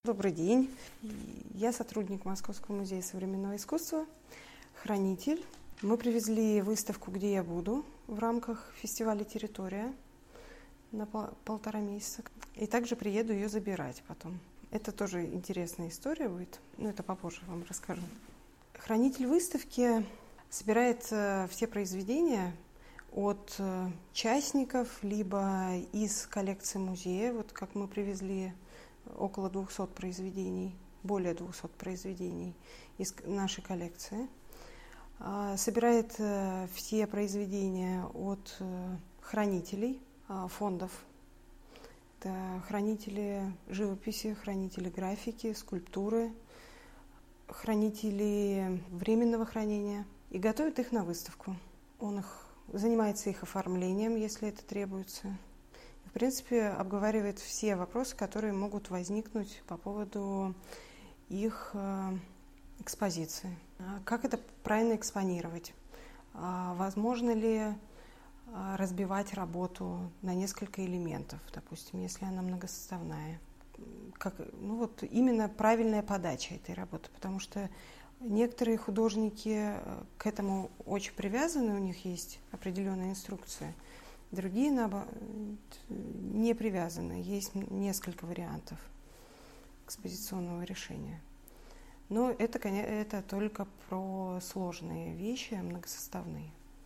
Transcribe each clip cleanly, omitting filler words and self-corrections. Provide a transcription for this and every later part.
Добрый день. Я сотрудник Московского музея современного искусства, хранитель. Мы привезли выставку «Где я буду» в рамках фестиваля «Территория» на 1,5 месяца. И также приеду ее забирать потом. Это тоже интересная история будет, но это попозже вам расскажу. Хранитель выставки собирает все произведения от частников, либо из коллекции музея. Вот как мы привезли около 200 произведений, более 200 произведений из нашей коллекции. Собирает все произведения от хранителей фондов. Это хранители живописи, хранители графики, скульптуры, хранители временного хранения. И готовит их на выставку. Он занимается их оформлением, если это требуется. В принципе, обговаривает все вопросы, которые могут возникнуть по поводу их экспозиции. Как это правильно экспонировать? Возможно ли разбивать работу на несколько элементов, допустим, если она многосоставная? Именно правильная подача этой работы, потому что некоторые художники к этому очень привязаны, у них есть определенные инструкции. Другие не привязаны. Есть несколько вариантов экспозиционного решения. Но это только про сложные вещи, многосоставные.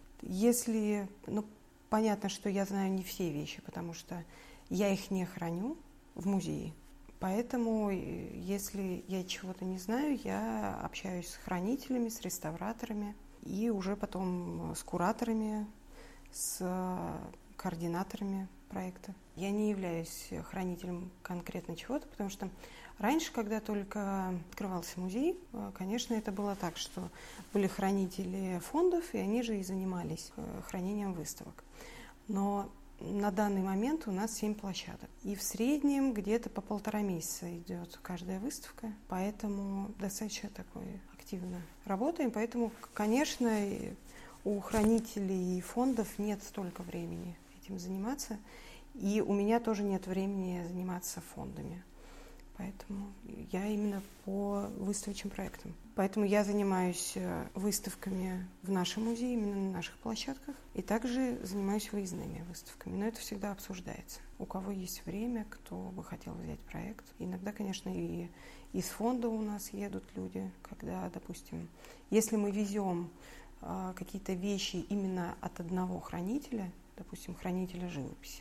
Понятно, что я знаю не все вещи, потому что я их не храню в музее. Поэтому, если я чего-то не знаю, я общаюсь с хранителями, с реставраторами и уже потом с кураторами, с координаторами проекта. Я не являюсь хранителем конкретно чего-то, потому что раньше, когда только открывался музей, конечно, это было так, что были хранители фондов, и они же и занимались хранением выставок. Но на данный момент у нас 7 площадок. И в среднем где-то по 1,5 месяца идет каждая выставка, поэтому достаточно активно работаем. Поэтому, конечно, у хранителей и фондов нет столько времени этим заниматься, и у меня тоже нет времени заниматься фондами. Поэтому я именно по выставочным проектам. Поэтому я занимаюсь выставками в нашем музее, именно на наших площадках, и также занимаюсь выездными выставками. Но это всегда обсуждается. У кого есть время, кто бы хотел взять проект. Иногда, конечно, и из фонда у нас едут люди, когда, допустим, если мы везем какие-то вещи именно от одного хранителя, допустим, хранителя живописи,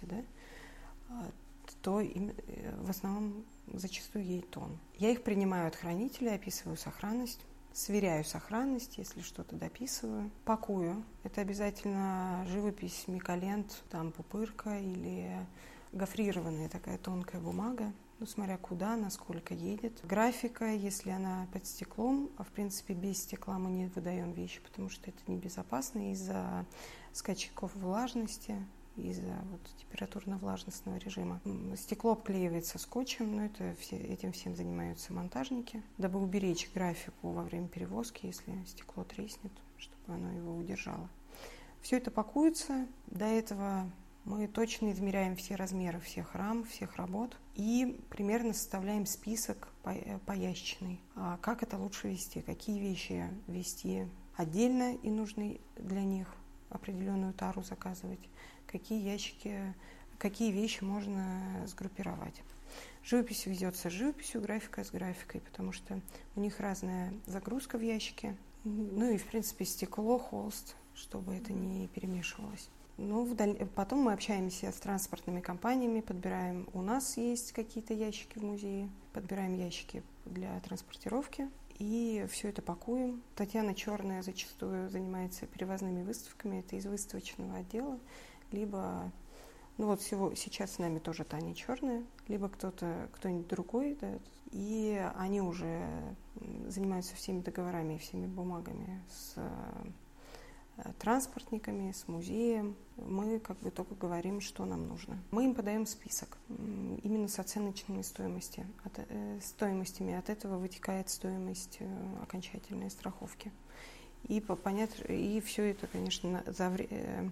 то в основном зачастую едет он. Я их принимаю от хранителя, описываю сохранность, сверяю сохранность, если что-то дописываю, пакую. Это обязательно живопись, миколент, пупырка или гофрированная такая тонкая бумага, смотря куда, насколько едет. Графика, если она под стеклом, а в принципе без стекла мы не выдаем вещи, потому что это небезопасно из-за скачков влажности, из-за температурно-влажностного режима. Стекло обклеивается скотчем, но этим всем занимаются монтажники, дабы уберечь графику во время перевозки, если стекло треснет, чтобы оно его удержало. Все это пакуется. До этого мы точно измеряем все размеры всех рам, всех работ и примерно составляем список поясочный. Как это лучше вести, какие вещи вести отдельно и нужны для них определенную тару заказывать, какие вещи можно сгруппировать. Живопись везется с живописью, графика с графикой, потому что у них разная загрузка в ящике. И, в принципе, стекло, холст, чтобы это не перемешивалось. Потом мы общаемся с транспортными компаниями, подбираем, у нас есть какие-то ящики в музее, подбираем ящики для транспортировки и все это пакуем. Татьяна Черная зачастую занимается перевозными выставками, это из выставочного отдела, либо, сейчас с нами тоже Таня Черная, либо кто-нибудь другой, и они уже занимаются всеми договорами и всеми бумагами с транспортниками, с музеем. Мы только говорим, что нам нужно. Мы им подаем список именно с оценочными стоимостями. От этого вытекает стоимость окончательной страховки. И все это, конечно,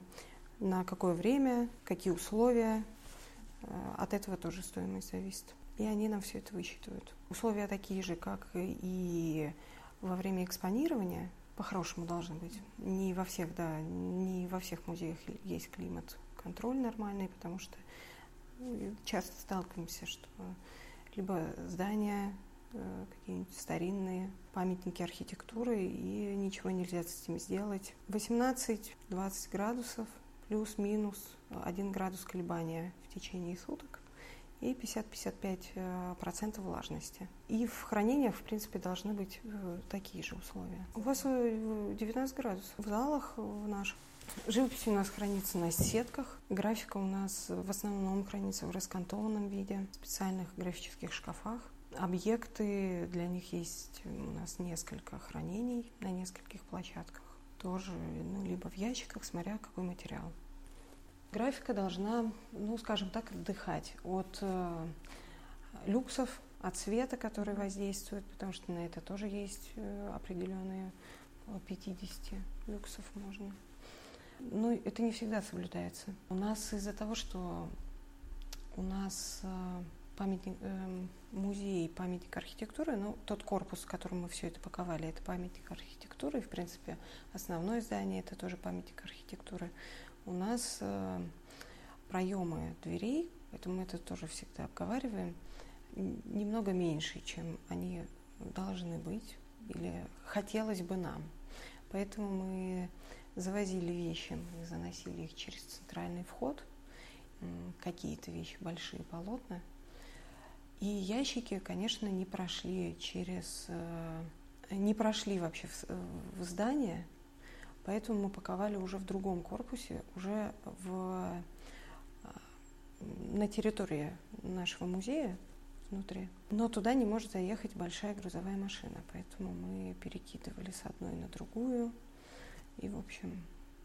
на какое время, какие условия. От этого тоже стоимость зависит. и они нам все это высчитывают. Условия такие же, как и во время экспонирования, по-хорошему должны быть. Не во всех музеях есть климат-контроль нормальный, потому что часто сталкиваемся, что либо здания какие-нибудь старинные, памятники архитектуры, и ничего нельзя с этим сделать. 18-20 градусов, плюс-минус 1 градус колебания в течение суток и 50-55% влажности. И в хранениях, в принципе, должны быть такие же условия. У вас 19 градусов. В залах в наших живопись у нас хранится на сетках. Графика у нас в основном хранится в раскантованном виде, в специальных графических шкафах. Объекты, для них есть у нас несколько хранений на нескольких площадках. Тоже либо в ящиках, смотря какой материал. Графика должна, скажем так, отдыхать от люксов, от света, который воздействует, потому что на это тоже есть определенные 50 люксов можно. Но это не всегда соблюдается. У нас из-за того, что у нас музей, памятник архитектуры, тот корпус, в котором мы все это паковали, это памятник архитектуры, и, в принципе, основное здание это тоже памятник архитектуры. У нас проемы дверей, поэтому мы это тоже всегда обговариваем, немного меньше, чем они должны быть, или хотелось бы нам. Поэтому мы завозили вещи, мы заносили их через центральный вход, какие-то вещи, большие полотна. И ящики, конечно, не прошли вообще в здание, поэтому мы паковали уже в другом корпусе, уже на территории нашего музея внутри. Но туда не может заехать большая грузовая машина, поэтому мы перекидывали с одной на другую. И, в общем,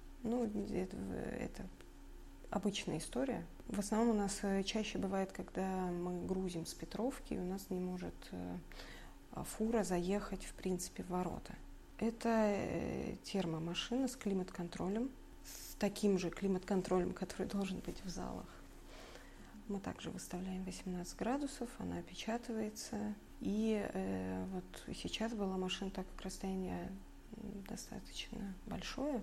это обычная история. В основном у нас чаще бывает, когда мы грузим с Петровки, и у нас не может фура заехать, в принципе, в ворота. Это термомашина с климат-контролем, с таким же климат-контролем, который должен быть в залах. Мы также выставляем 18 градусов, она опечатывается. И вот сейчас была машина, так как расстояние достаточно большое,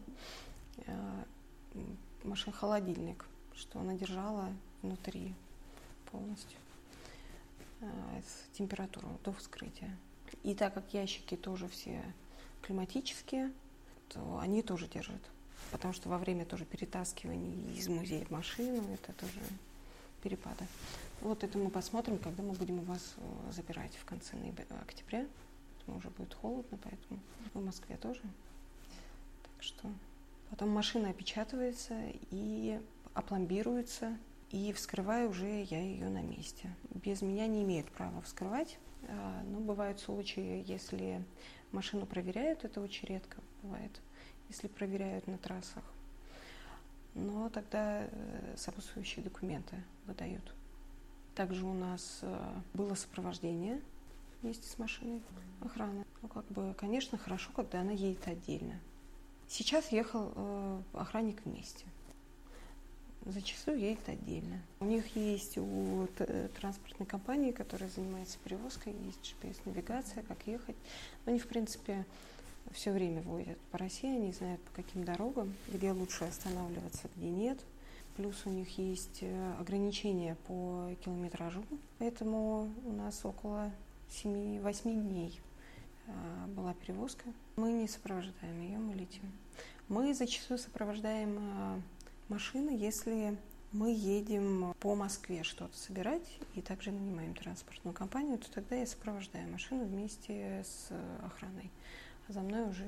машина-холодильник, что она держала внутри полностью температуру до вскрытия. И так как ящики тоже все климатические, то они тоже держат. Потому что во время тоже перетаскивания из музея в машину, это тоже перепады. Вот это мы посмотрим, когда мы будем у вас забирать в конце октября. Уже будет холодно, поэтому в Москве тоже. Так что потом машина опечатывается и опломбируется, и вскрываю уже я ее на месте. Без меня не имеют права вскрывать, но бывают случаи, если машину проверяют, это очень редко бывает, если проверяют на трассах, но тогда сопутствующие документы выдают. Также у нас было сопровождение вместе с машиной охраны. Конечно, хорошо, когда она едет отдельно. Сейчас ехал охранник вместе. Зачастую едет отдельно. У них есть у транспортной компании, которая занимается перевозкой, есть GPS-навигация, как ехать. Но они, в принципе, все время водят по России, они знают, по каким дорогам, где лучше останавливаться, где нет. Плюс у них есть ограничения по километражу, поэтому у нас около 7-8 дней была перевозка. Мы не сопровождаем ее, мы летим. Мы зачастую сопровождаем машины, если мы едем по Москве что-то собирать и также нанимаем транспортную компанию, то тогда я сопровождаю машину вместе с охраной. А за мной уже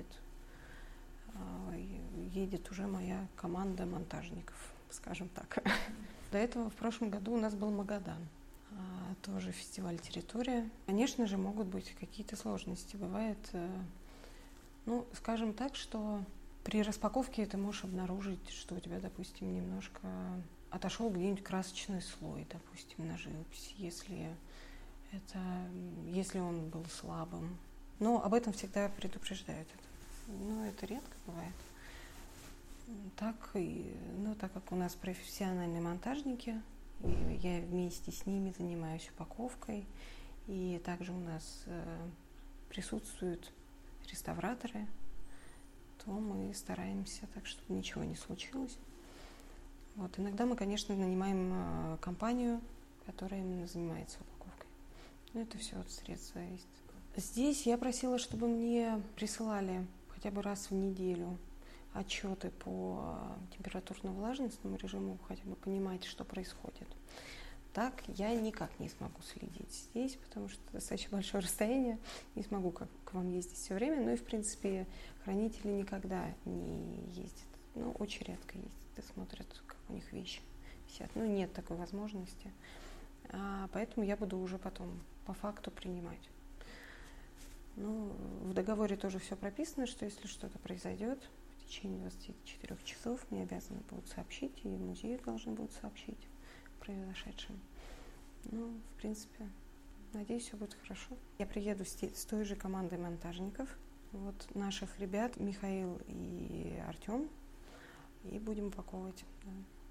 едет уже моя команда монтажников, скажем так. До этого в прошлом году у нас был Магадан. Тоже фестиваль «Территория». Конечно же, могут быть какие-то сложности. Бывает, скажем так, что при распаковке ты можешь обнаружить, что у тебя, допустим, немножко отошел где-нибудь красочный слой, допустим, на живописи, если он был слабым. Но об этом всегда предупреждают. Это редко бывает. Так как у нас профессиональные монтажники, и я вместе с ними занимаюсь упаковкой. И также у нас присутствуют реставраторы, то мы стараемся так, чтобы ничего не случилось. Вот. Иногда мы, конечно, нанимаем компанию, которая именно занимается упаковкой. Но это все от средств зависит. Здесь я просила, чтобы мне присылали хотя бы раз в неделю отчеты по температурно-влажностному режиму, хотя бы понимать, что происходит. Так я никак не смогу следить здесь, потому что достаточно большое расстояние, не смогу к вам ездить все время, ну и, в принципе, хранители никогда не ездят, ну, очень редко ездят и смотрят, как у них вещи висят. Ну, нет такой возможности, поэтому я буду уже потом по факту принимать. Ну, в договоре тоже все прописано, что если что-то произойдет, в течение 24 часов мне обязаны будут сообщить, и музеи должны будут сообщить о произошедшем. Ну, в принципе, надеюсь, все будет хорошо. Я приеду с той же командой монтажников, вот наших ребят, Михаил и Артем, и будем упаковывать. Да.